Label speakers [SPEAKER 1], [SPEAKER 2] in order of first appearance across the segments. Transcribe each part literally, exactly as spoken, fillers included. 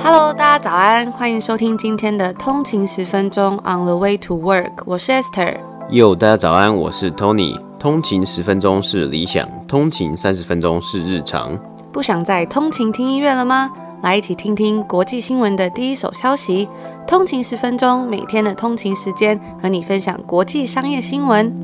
[SPEAKER 1] Hello， 大家早安，欢迎收听今天的通勤十分钟 On the way to work， 我是 Esther。Yo，
[SPEAKER 2] 大家早安，我是 Tony。通勤十分钟是理想，通勤三十分钟是日常。
[SPEAKER 1] 不想再通勤听音乐了吗？来一起听听国际新闻的第一手消息。通勤十分钟，每天的通勤时间和你分享国际商业新闻。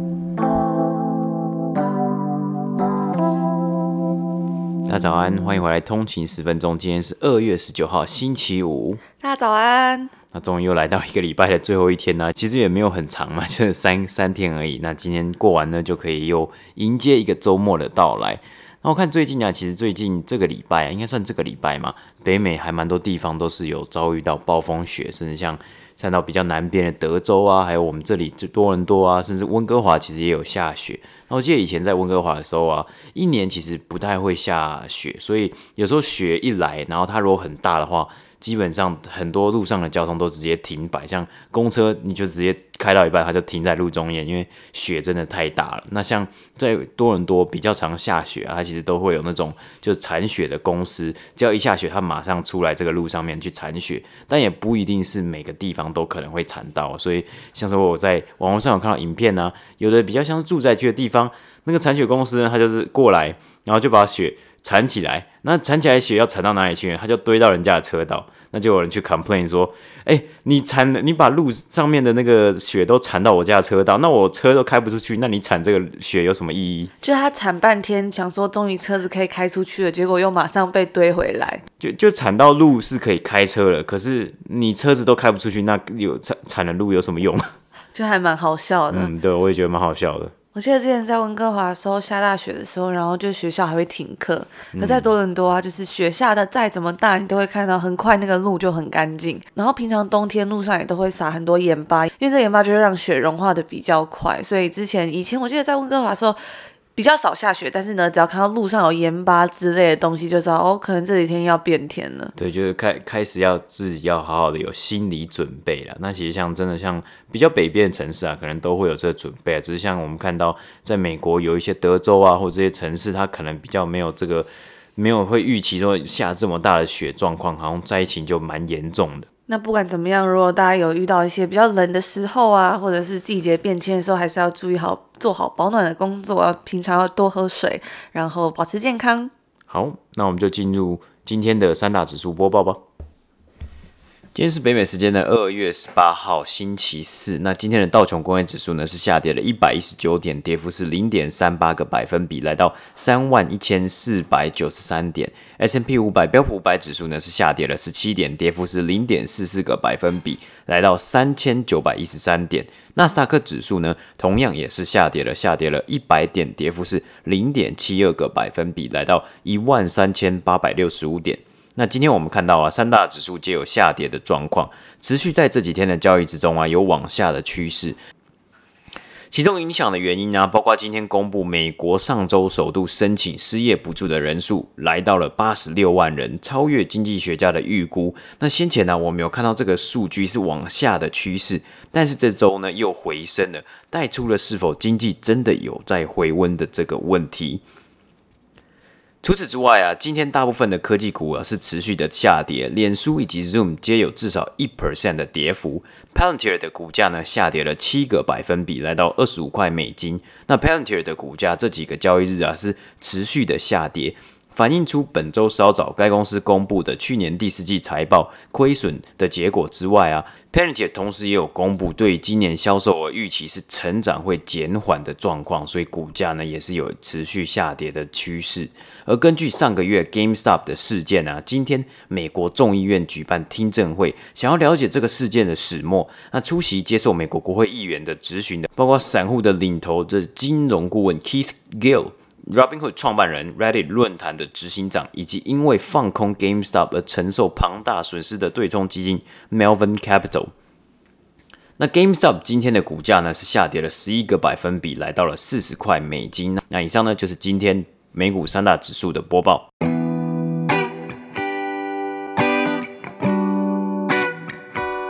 [SPEAKER 2] 大家早安，欢迎回来通勤十分钟。今天是二月十九号，星期五。
[SPEAKER 1] 大家早安。那
[SPEAKER 2] 终于又来到一个礼拜的最后一天啦，其实也没有很长嘛，就是三三天而已。那今天过完呢，就可以又迎接一个周末的到来。那我看最近啊，其实最近这个礼拜啊，应该算这个礼拜嘛，北美还蛮多地方都是有遭遇到暴风雪，甚至像看到比较南边的德州啊，还有我们这里多伦多啊，甚至温哥华其实也有下雪。那我记得以前在温哥华的时候啊，一年其实不太会下雪，所以有时候雪一来，然后它如果很大的话，基本上很多路上的交通都直接停摆，像公车你就直接开到一半它就停在路中间，因为雪真的太大了。那像在多伦多比较常下雪啊，它其实都会有那种就是铲雪的公司，只要一下雪它马上出来这个路上面去铲雪，但也不一定是每个地方都可能会铲到，所以像是我在网络上有看到影片啊，有的比较像是住宅区的地方，那个铲雪公司呢，它就是过来然后就把雪铲起来，那铲起来雪要铲到哪里去呢？它就堆到人家的车道，那就有人去 complain 说，哎、欸，你铲，你把路上面的那个雪都铲到我家的车道，那我车都开不出去，那你铲这个雪有什么意义？
[SPEAKER 1] 就他铲半天，想说终于车子可以开出去了，结果又马上被堆回来。
[SPEAKER 2] 就就铲到路是可以开车了，可是你车子都开不出去，那有铲铲的路有什么用？
[SPEAKER 1] 就还蛮好笑的。
[SPEAKER 2] 嗯，对，我也觉得蛮好笑的。
[SPEAKER 1] 我记得之前在温哥华的时候下大雪的时候，然后就学校还会停课。可在多伦多啊，就是雪下的再怎么大，你都会看到很快那个路就很干净。然后平常冬天路上也都会撒很多盐巴，因为这盐巴就会让雪融化的比较快。所以之前以前我记得在温哥华的时候比较少下雪，但是呢，只要看到路上有盐巴之类的东西，就知道哦，可能这几天要变天了。
[SPEAKER 2] 对，就是开开始要自己要好好的有心理准备了。那其实像真的像比较北边的城市啊，可能都会有这个准备啊。只是像我们看到在美国有一些德州啊，或者这些城市，它可能比较没有这个没有会预期说下这么大的雪状况，好像在一起就蛮严重的。
[SPEAKER 1] 那不管怎么样，如果大家有遇到一些比较冷的时候啊，或者是季节变迁的时候，还是要注意好做好保暖的工作，要平常要多喝水，然后保持健康。
[SPEAKER 2] 好，那我们就进入今天的三大指数播报吧。今天是北美时间的二月十八号星期四，那今天的道琼工业指数呢是下跌了一百一十九点，跌幅是 零点三八 个百分比，来到三万一千四百九十三点。S and P 五百 标普五百指数呢是下跌了十七点，跌幅是 零点四四 个百分比，来到三千九百一十三点。纳斯达克指数呢同样也是下跌了，下跌了一百点，跌幅是 零点七二 个百分比，来到一万三千八百六十五点。那今天我们看到啊，三大指数皆有下跌的状况，持续在这几天的交易之中啊，有往下的趋势。其中影响的原因啊，包括今天公布美国上周首度申请失业补助的人数来到了八十六万人，超越经济学家的预估。那先前呢，我们有看到这个数据是往下的趋势，但是这周呢又回升了，带出了是否经济真的有在回温的这个问题。除此之外啊，今天大部分的科技股啊是持续的下跌，脸书以及 Zoom 皆有至少 百分之一 的跌幅。Palantir 的股价呢下跌了七个百分比，来到二十五块美金。那 Palantir 的股价这几个交易日啊是持续的下跌，反映出本周稍早该公司公布的去年第四季财报亏损的结果之外啊 ，Palantir 同时也有公布对今年销售额预期是成长会减缓的状况，所以股价呢也是有持续下跌的趋势。而根据上个月 GameStop 的事件啊，今天美国众议院举办听证会，想要了解这个事件的始末。那出席接受美国国会议员的质询的，包括散户的领头的金融顾问 Keith Gill。Robinhood 创办人 Reddit 论坛的执行长，以及因为放空 GameStop 而承受庞大损失的对冲基金 Melvin Capital。那 GameStop 今天的股价呢是下跌了十一个百分比，来到了四十块美金。那以上呢就是今天美股三大指数的播报。
[SPEAKER 1] 那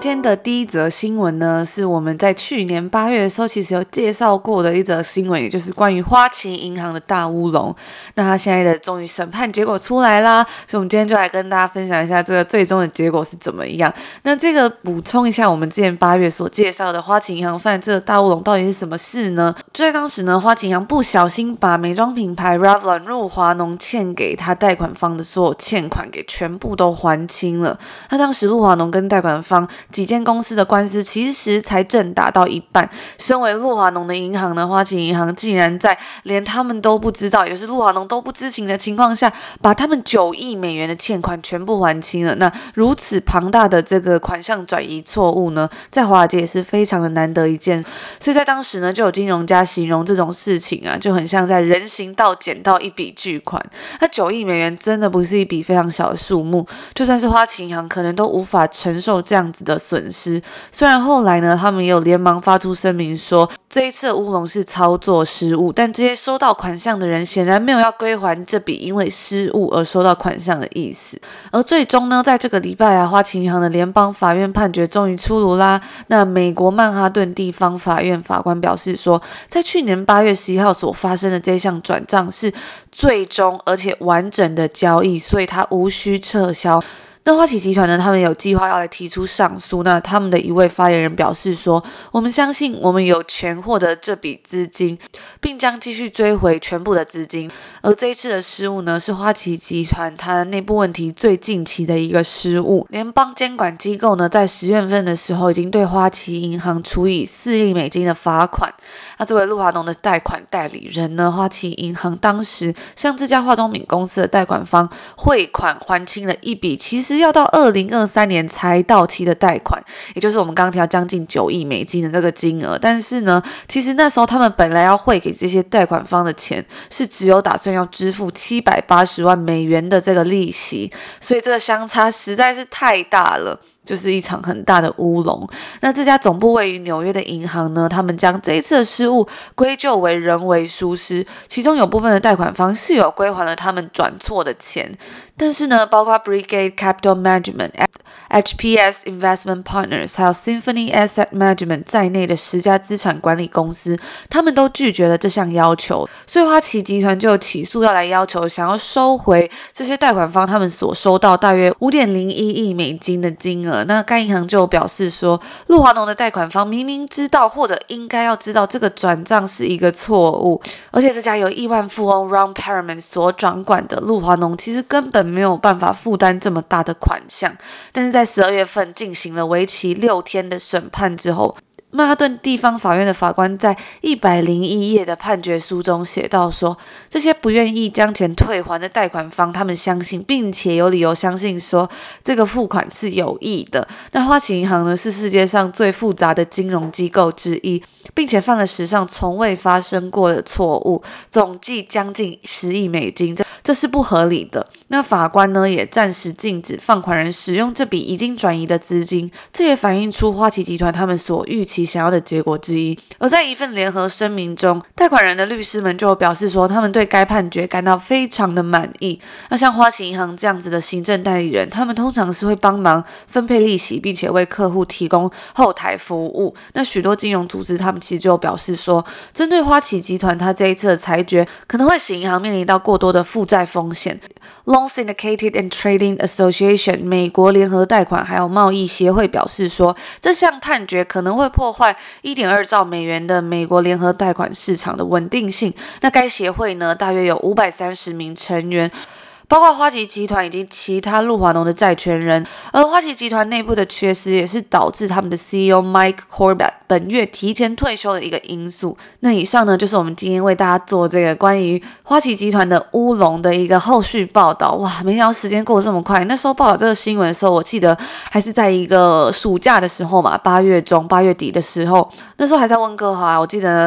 [SPEAKER 1] 今天的第一则新闻呢，是我们在去年八月的时候其实有介绍过的一则新闻，也就是关于花旗银行的大乌龙。那他现在的终于审判结果出来啦，所以我们今天就来跟大家分享一下这个最终的结果是怎么样。那这个补充一下，我们之前八月所介绍的花旗银行犯这个大乌龙到底是什么事呢？就在当时呢，花旗银行不小心把美妆品牌 Revlon 露华浓欠给他贷款方的所有欠款给全部都还清了。那当时露华浓跟贷款方几间公司的官司其实才正打到一半，身为露华浓的银行呢，花旗银行竟然在连他们都不知道，也就是露华浓都不知情的情况下，把他们九亿美元的欠款全部还清了。那如此庞大的这个款项转移错误呢，在华尔街也是非常的难得一见，所以在当时呢，就有金融家形容这种事情啊，就很像在人行道捡到一笔巨款。那九亿美元真的不是一笔非常小的数目，就算是花旗银行可能都无法承受这样子的损失。虽然后来呢，他们也有连忙发出声明说，这一次的乌龙是操作失误，但这些收到款项的人显然没有要归还这笔因为失误而收到款项的意思。而最终呢，在这个礼拜啊，花旗银行的联邦法院判决终于出炉啦。那美国曼哈顿地方法院法官表示说，在去年八月十一号所发生的这项转账是最终而且完整的交易，所以它无需撤销。那花旗集团呢，他们有计划要来提出上诉。那他们的一位发言人表示说，我们相信我们有权获得这笔资金，并将继续追回全部的资金。而这一次的失误呢，是花旗集团它内部问题最近期的一个失误。联邦监管机构呢，在十月份的时候已经对花旗银行处以四亿美金的罚款。那作为露华浓的贷款代理人呢，花旗银行当时向这家化妆品公司的贷款方汇款还清了一笔其实要到二零二三年才到期的贷款，也就是我们刚刚提到将近九亿美金的这个金额。但是呢，其实那时候他们本来要汇给这些贷款方的钱是只有打算要支付七百八十万美元的这个利息，所以这个相差实在是太大了，就是一场很大的乌龙。那这家总部位于纽约的银行呢，他们将这一次的失误归咎为人为疏失，其中有部分的贷款方是有归还了他们转错的钱，但是呢，包括 Brigade Capital Management、H P S Investment Partners 还有 Symphony Asset Management 在内的十家资产管理公司，他们都拒绝了这项要求，所以花旗集团就有起诉要来要求想要收回这些贷款方他们所收到大约 五点零一亿美金的金额。那该银行就表示说，露华浓的贷款方明明知道或者应该要知道这个转账是一个错误，而且这家由亿万富翁 Ron Perelman 所掌管的露华浓其实根本没有办法负担这么大的款项。但是在十二月份进行了为期六天的审判之后，曼哈顿地方法院的法官在一百零一页的判决书中写道说，这些不愿意将钱退还的贷款方，他们相信并且有理由相信说这个付款是有益的。那花旗银行呢，是世界上最复杂的金融机构之一，并且犯了史上从未发生过的错误，总计将近十亿美金，这这是不合理的。那法官呢，也暂时禁止放款人使用这笔已经转移的资金，这也反映出花旗集团他们所预期想要的结果之一。而在一份联合声明中，贷款人的律师们就有表示说，他们对该判决感到非常的满意。那像花旗银行这样子的行政代理人，他们通常是会帮忙分配利息，并且为客户提供后台服务。那许多金融组织他们其实就有表示说，针对花旗集团他这一次的裁决可能会使银行面临到过多的负债风险。Loan Syndicated and Trading Association 美国联合贷款还有贸易协会表示说，这项判决可能会破坏 一点二兆美元的美国联合贷款市场的稳定性。那该协会呢，大约有五百三十名成员，包括花旗集团以及其他露华浓的债权人。而花旗集团内部的缺失也是导致他们的 C E O Mike Corbat 本月提前退休的一个因素。那以上呢，就是我们今天为大家做这个关于花旗集团的乌龙的一个后续报道。哇，没想到时间过得这么快。那时候报道这个新闻的时候，我记得还是在一个暑假的时候嘛，八月中八月底的时候，那时候还在温哥华。我记得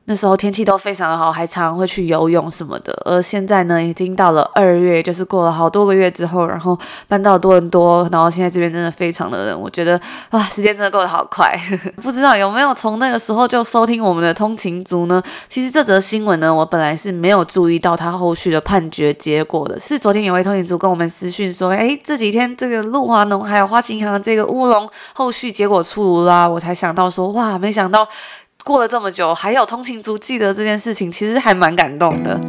[SPEAKER 1] 那时候天气都非常的好，还常常会去游泳什么的。而现在呢，已经到了二月，就是过了好多个月之后，然后搬到多伦多，然后现在这边真的非常的冷，我觉得哇，时间真的过得好快。不知道有没有从那个时候就收听我们的通勤族呢？其实这则新闻呢，我本来是没有注意到他后续的判决结果的，是昨天有位通勤族跟我们私讯说，哎，这几天这个露华浓还有花旗银行的这个乌龙后续结果出炉啦，我才想到说，哇，没想到过了这么久，还有通勤族记得这件事情，其实还蛮感动的。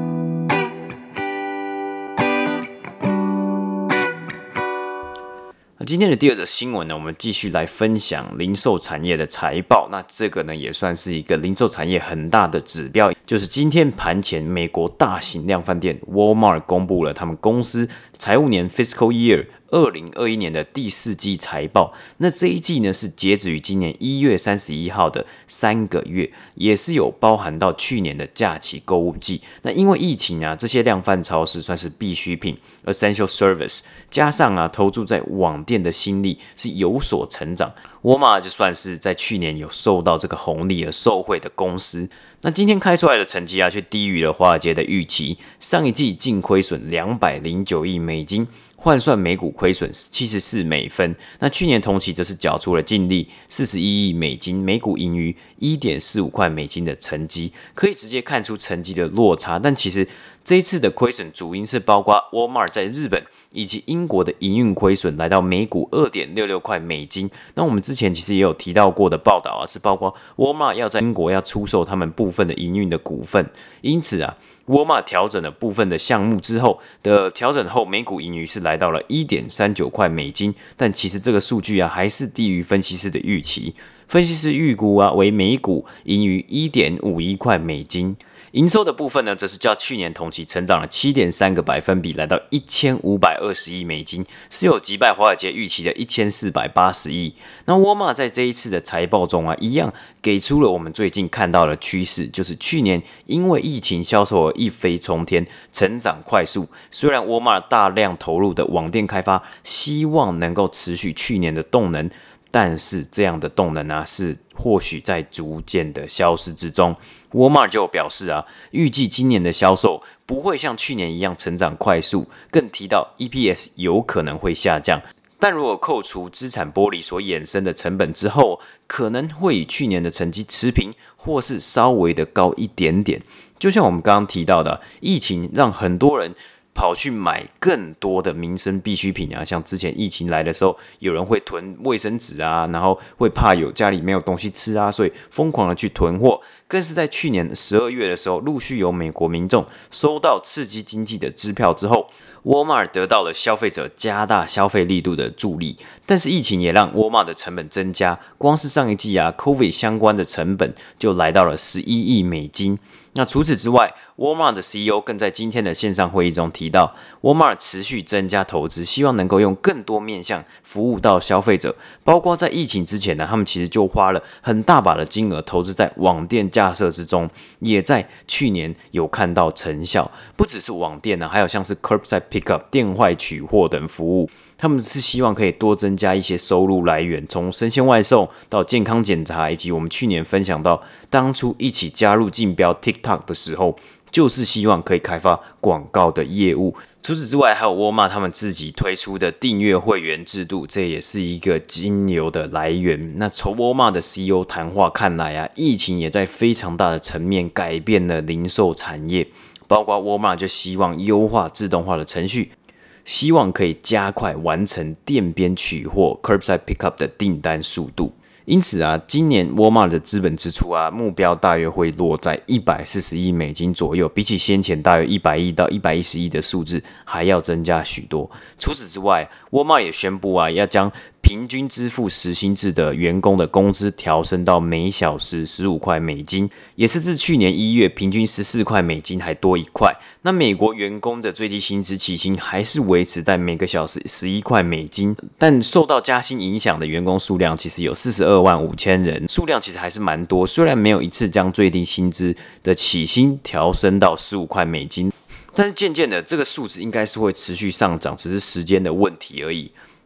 [SPEAKER 2] 今天的第二则新闻呢，我们继续来分享零售产业的财报。那这个呢，也算是一个零售产业很大的指标，就是今天盘前，美国大型量贩店 Walmart 公布了他们公司财务年 Fiscal Year二零二一年的第四季财报。那这一季呢，是截止于今年一月三十一号的三个月，也是有包含到去年的假期购物季。那因为疫情啊，这些量贩超市算是必需品 essential service， 加上啊投注在网店的心力是有所成长，沃尔玛就算是在去年有受到这个红利而受惠的公司。那今天开出来的成绩啊，却低于了华尔街的预期。上一季净亏损两百零九亿美金，换算每股亏损七十四美分。那去年同期则是缴出了净利四十一亿美金，每股盈余 一点四五块美金的成绩，可以直接看出成绩的落差。但其实这一次的亏损主因是包括 Walmart 在日本以及英国的营运亏损来到每股 二点六六块美金。那我们之前其实也有提到过的报道啊，是包括 Walmart 要在英国要出售他们部分的营运的股份，因此啊Walmart 调整了部分的项目之后的调整后，每股盈余是来到了 一点三九块美金，但其实这个数据啊还是低于分析师的预期。分析师预估啊为每股盈余 一点五一块美金。营收的部分呢，则是较去年同期成长了 七点三个百分比，来到一千五百二十亿美金，是有击败华尔街预期的一千四百八十亿。那沃尔玛在这一次的财报中啊，一样给出了我们最近看到的趋势，就是去年因为疫情销售额一飞冲天，成长快速。虽然沃尔玛大量投入的网店开发，希望能够持续去年的动能，但是这样的动能啊，是或许在逐渐的消失之中。沃尔玛就表示啊，预计今年的销售不会像去年一样成长快速，更提到 E P S 有可能会下降。但如果扣除资产剥离所衍生的成本之后，可能会与去年的成绩持平，或是稍微的高一点点。就像我们刚刚提到的，疫情让很多人跑去买更多的民生必需品啊，像之前疫情来的时候，有人会囤卫生纸啊，然后会怕有家里没有东西吃啊，所以疯狂的去囤货。更是在去年十二月的时候，陆续有美国民众收到刺激经济的支票之后，沃尔玛得到了消费者加大消费力度的助力。但是疫情也让沃尔玛的成本增加，光是上一季啊 COVID 相关的成本就来到了十一亿美金。那除此之外，沃尔玛的 C E O 更在今天的线上会议中提到，沃尔玛持续增加投资，希望能够用更多面向服务到消费者。包括在疫情之前呢，他们其实就花了很大把的金额投资在网店架设之中，也在去年有看到成效。不只是网店呢，还有像是 Curbside Pickup 电坏取货等服务。他们是希望可以多增加一些收入来源，从生鲜外送到健康检查，以及我们去年分享到当初一起加入竞标 TikTok 的时候，就是希望可以开发广告的业务。除此之外，还有沃尔玛他们自己推出的订阅会员制度，这也是一个金流的来源。那从沃尔玛的 C E O 谈话看来啊，疫情也在非常大的层面改变了零售产业，包括沃尔玛就希望优化自动化的程序，希望可以加快完成店边取货 Curbside Pickup 的订单速度。因此啊，今年沃尔玛的资本支出啊，目标大约会落在一百四十亿美金左右，比起先前大约一百亿到一百一十亿的数字还要增加许多。除此之外，沃尔玛也宣布啊，要将平均支付时薪制的员工的工资调升到每小时十五块美金，也是自去年一月平均十四块美金还多一块。那美国员工的最低薪资起薪还是维持在每个小时十一块美金，但受到加薪影响的员工数量其实有四十二万五千人，数量其实还是蛮多。虽然没有一次将最低薪资的起薪调升到十五块美金，但是渐渐的这个数字应该是会持续上涨，只是时间的问题而已。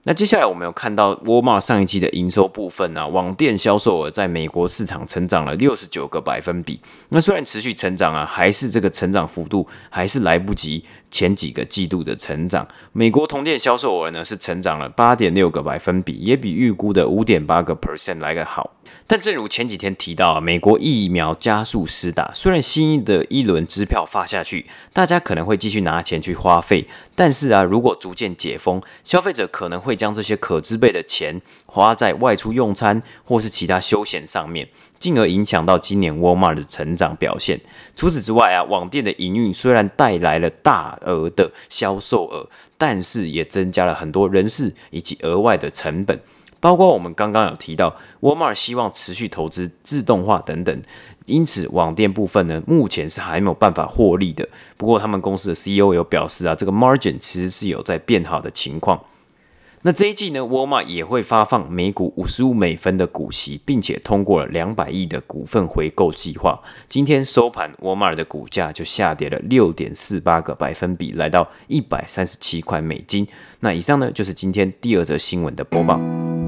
[SPEAKER 2] 那接下来我们有看到 Walmart 上一季的营收部分啊，网店销售额在美国市场成长了六十九个百分比。那虽然持续成长啊，还是这个成长幅度还是来不及前几个季度的成长。美国同店销售额呢是成长了 八点六个百分比，也比预估的 五点八个百分点 来得好。但正如前几天提到啊，美国疫苗加速施打，虽然新的一轮支票发下去，大家可能会继续拿钱去花费，但是啊，如果逐渐解封，消费者可能会将这些可支配的钱花在外出用餐或是其他休闲上面，进而影响到今年 Walmart 的成长表现。除此之外啊，网店的营运虽然带来了大额的销售额，但是也增加了很多人事以及额外的成本。包括我们刚刚有提到 Walmart 希望持续投资自动化等等，因此网店部分呢，目前是还没有办法获利的。不过他们公司的 C E O 有表示啊，这个 margin 其实是有在变好的情况。那这一季呢 ，Walmart 也会发放每股五十五美分的股息，并且通过了两百亿的股份回购计划。今天收盘 ，Walmart 的股价就下跌了六点四八个百分比，来到一百三十七块美金。那以上呢，就是今天第二则新闻的播报。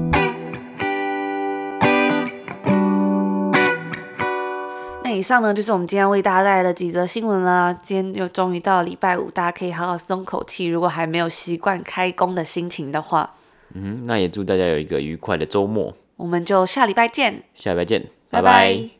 [SPEAKER 1] 那以上呢，就是我们今天为大家带来的几则新闻啦。今天又终于到了礼拜五，大家可以好好松口气。如果还没有习惯开工的心情的话，
[SPEAKER 2] 嗯，那也祝大家有一个愉快的周末。
[SPEAKER 1] 我们就下礼拜见，
[SPEAKER 2] 下礼拜见，
[SPEAKER 1] 拜拜。
[SPEAKER 2] 拜拜。